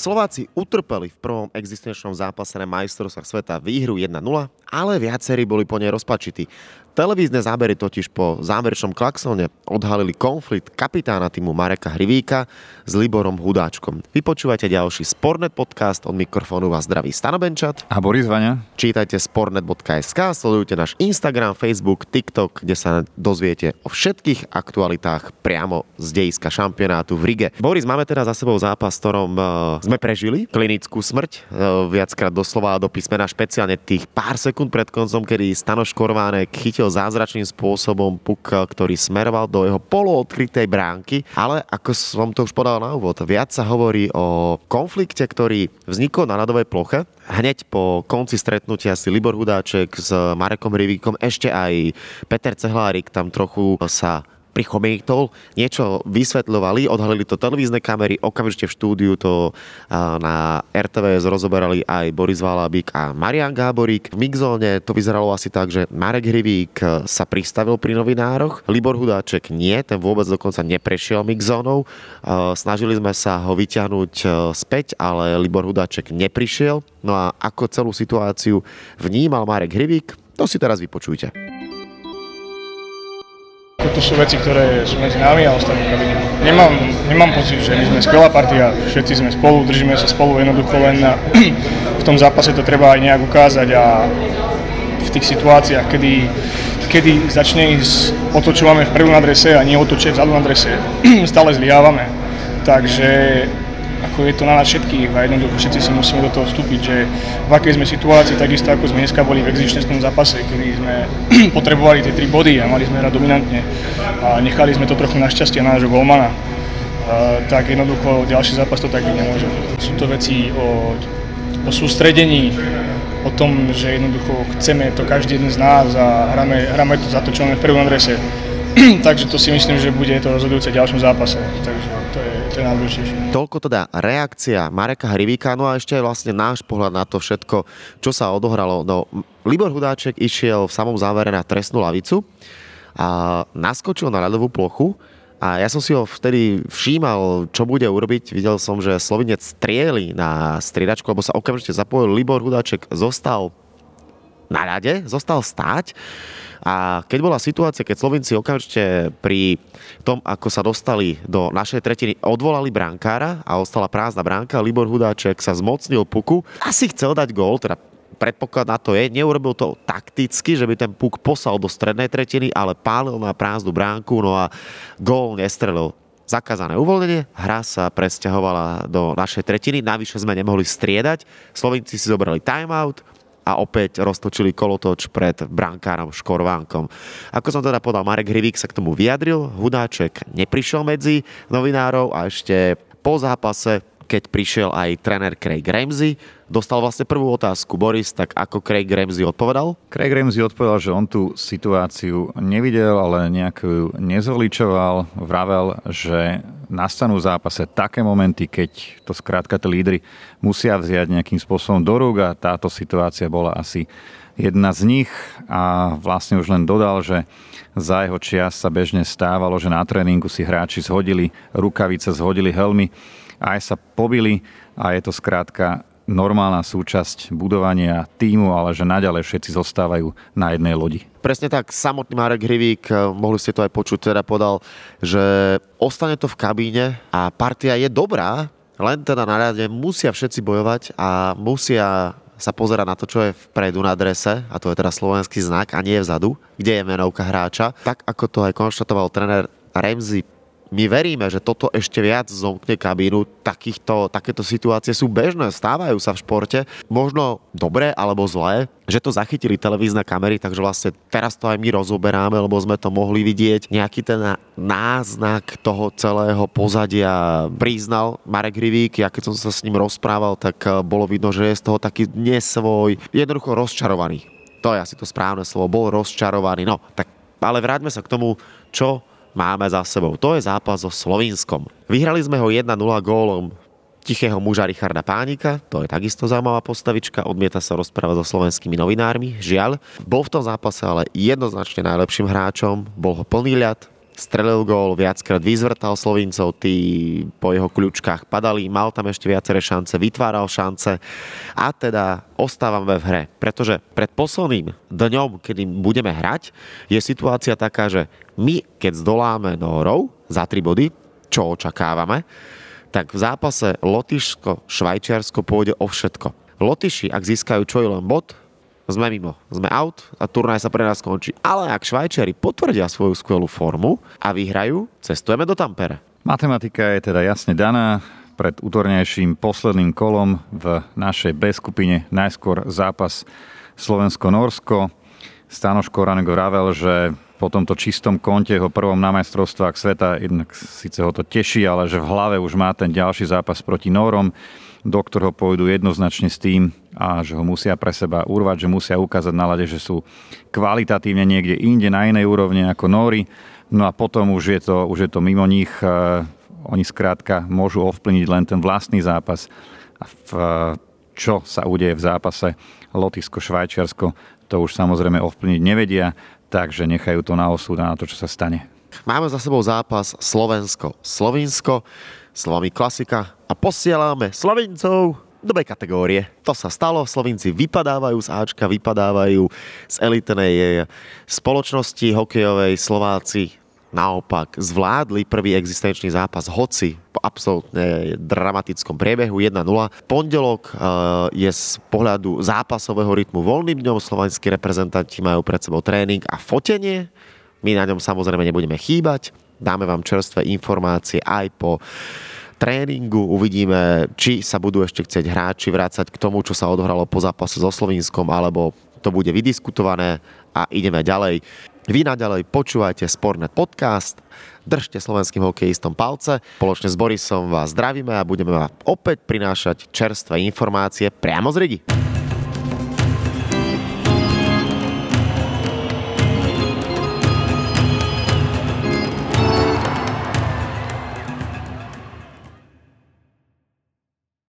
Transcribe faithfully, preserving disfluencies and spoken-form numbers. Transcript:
Slováci utrpeli v prvom existenčnom zápase na majstrovstvách sveta výhru jedna nula, ale viacerí boli po nej rozpačití. Televízne zábery totiž po záverečnom klaxone odhalili konflikt kapitána týmu Mareka Hrivíka s Liborom Hudáčkom. Vypočúvajte ďalší Sportnet podcast, od mikrofónu vás zdraví Stano Benčat a Boris Vaňa. Čítajte sportnet bodka es ká, sledujte náš Instagram, Facebook, TikTok, kde sa dozviete o všetkých aktualitách priamo z dejiska šampionátu v Rige. Boris, máme teda za sebou zápas, v ktorom sme prežili klinickú smrť, viackrát doslova do písmena, špeciálne tých pár sekúnd pred koncom, kedy Stano Škorvánek chytil zázračným spôsobom puk, ktorý smeroval do jeho poloodkrytej bránky, ale ako som to už podal na úvod, viac sa hovorí o konflikte, ktorý vznikol na ľadovej ploche. Hneď po konci stretnutia si Libor Hudáček s Marekom Hrivíkom, ešte aj Peter Cehlárik tam trochu sa prichomejtol, niečo vysvetľovali, odhalili to televízne kamery, okamžite v štúdiu to na er té vé es rozoberali aj Boris Valábik a Marián Gáborík. V mixzóne to vyzeralo asi tak, že Marek Hrivík sa pristavil pri novinároch, Libor Hudáček nie, ten vôbec dokonca neprešiel mixzónou. Snažili sme sa ho vyťahnuť späť, ale Libor Hudáček neprišiel. No a ako celú situáciu vnímal Marek Hrivík, to si teraz vypočujte. To sú veci, ktoré sú medzi nami a ostatným kabinetom. Nemám, nemám pocit, že my sme skvelá partia, všetci sme spolu, držíme sa spolu, jednoducho len na, v tom zápase to treba aj nejak ukázať a v tých situáciách, kedy, kedy začne ísť o to, čo máme v prvom adrese a nie o to, čo je vzadu na adrese, stále zlyhávame. Takže ako je to na nás všetkých a jednoducho všetci si musíme do toho vstúpiť, že v akej sme situácii, takisto ako sme dneska boli v existenčnom zápase, kedy sme potrebovali tie tri body a mali sme hrať dominantne a nechali sme to trochu na šťastie na nášho golmana, tak jednoducho ďalší zápas to tak byť nemôže. Sú to veci o, o sústredení, o tom, že jednoducho chceme to každý jeden z nás a hráme, hráme to za to, čo máme v prvom adrese. Takže to si myslím, že bude to rozhodujúce v ďalšom zápase. Takže to je, to je najdôležitejšie. Toľko teda reakcia Mareka Hrivíka, no a ešte vlastne náš pohľad na to všetko, čo sa odohralo. No, Libor Hudáček išiel v samom závere na trestnú lavicu a naskočil na ľadovú plochu a ja som si ho vtedy všímal, čo bude urobiť. Videl som, že Slovinec strieli na striedačku, lebo sa okamžite zapojil. Libor Hudáček zostal na ľade, zostal stáť. A keď bola situácia, keď Slovinci okamžite pri tom, ako sa dostali do našej tretiny, odvolali brankára a ostala prázdna bránka, Libor Hudáček sa zmocnil puku. Asi chcel dať gól, teda predpoklad na to je, neurobil to takticky, že by ten puk poslal do strednej tretiny, ale pálil na prázdnu bránku, no a gól nestrelil. Zakázané uvoľnenie, hra sa presťahovala do našej tretiny, navyše sme nemohli striedať, Slovinci si zobrali timeout a opäť roztočili kolotoč pred brankárom Škorvánkom. Ako som teda podal, Marek Hrivík sa k tomu vyjadril, Hudáček neprišiel medzi novinárov a ešte po zápase, keď prišiel aj tréner Craig Ramsey, dostal vlastne prvú otázku. Boris, tak ako Craig Ramsey odpovedal? Craig Ramsey odpovedal, že on tú situáciu nevidel, ale nejak nezoličoval. Vravel, že nastanú v zápase také momenty, keď to skrátka tí lídri musia vziať nejakým spôsobom do rúk a táto situácia bola asi jedna z nich a vlastne už len dodal, že za jeho čias sa bežne stávalo, že na tréningu si hráči zhodili rukavice, zhodili helmy a aj sa pobili a je to skrátka normálna súčasť budovania tímu, ale že naďalej všetci zostávajú na jednej lodi. Presne tak, samotný Marek Hrivík, mohli ste to aj počuť, teda podal, že ostane to v kabíne a partia je dobrá, len teda na ľade musia všetci bojovať a musia sa pozerať na to, čo je vpredu na drese, a to je teda slovenský znak a nie vzadu, kde je menovka hráča. Tak ako to aj konštatoval tréner Ramsey, my veríme, že toto ešte viac zomkne kabínu. Takýchto, takéto situácie sú bežné, stávajú sa v športe. Možno dobré alebo zlé, že to zachytili televízne kamery, takže vlastne teraz to aj my rozoberáme, lebo sme to mohli vidieť. Nejaký ten náznak toho celého pozadia priznal Marek Hrivík. Ja keď som sa s ním rozprával, tak bolo vidno, že je z toho taký nesvoj, jednoducho rozčarovaný. To je asi to správne slovo, bol rozčarovaný. No, tak ale vráťme sa k tomu, čo máme za sebou. To je zápas so Slovinskom. Vyhrali sme ho jeden nula gólom tichého muža Richarda Pánika, to je takisto zaujímavá postavička, odmieta sa rozprávať so slovenskými novinármi, žiaľ. Bol v tom zápase ale jednoznačne najlepším hráčom, bol ho plný ľad, strelil gól, viackrát vyzvrtal Slovincov, tí po jeho kľúčkach padali, mal tam ešte viaceré šance, vytváral šance a teda ostávame v hre, pretože pred posledným dňom, kedy budeme hrať, je situácia taká, že my, keď zdoláme Nórov za tri body, čo očakávame, tak v zápase Lotyšsko-Švajčiarsko pôjde o všetko. Lotyši, ak získajú čo je len bod, sme mimo, sme out a turnaj sa pre nás skončí. Ale ak Švajčiari potvrdia svoju skvelú formu a vyhrajú, cestujeme do Tampere. Matematika je teda jasne daná. Pred útornejším posledným kolom v našej B skupine najskôr zápas Slovensko-Norsko. Stanoš Koranek vravel, že po tomto čistom konte ho prvom na majstrovstvách sveta, jednak síce ho to teší, ale že v hlave už má ten ďalší zápas proti Nórom, do ktorého pôjdu jednoznačne s tým, a že ho musia pre seba urvať, že musia ukázať na ľade, že sú kvalitatívne niekde inde, na inej úrovni ako Nóri. No a potom už je to, už je to mimo nich. Oni skrátka môžu ovplyvniť len ten vlastný zápas. A v, čo sa udeje v zápase Lotyšsko-Švajčiarsko, to už samozrejme ovplyvniť nevedia, takže nechajú to na osud a na to, čo sa stane. Máme za sebou zápas Slovensko-Slovinsko, slovami klasika a posielame Slovincov do B kategórie. To sa stalo, Slovinci vypadávajú z Ačka, vypadávajú z elitnej spoločnosti hokejovej. Slováci naopak zvládli prvý existenčný zápas, hoci po absolútne dramatickom priebehu jeden nula. Pondelok je z pohľadu zápasového rytmu voľným dňom, slovenskí reprezentanti majú pred sebou tréning a fotenie. My na ňom samozrejme nebudeme chýbať. Dáme vám čerstvé informácie aj po tréningu. Uvidíme, či sa budú ešte chcieť hráči vrácať k tomu, čo sa odohralo po zápase so Slovinskom, alebo to bude vydiskutované a ideme ďalej. Vy naďalej počúvajte Sportnet podcast, držte slovenským hokejistom palce. Spoločne s Borisom vás zdravíme a budeme vám opäť prinášať čerstvé informácie priamo z Rigy.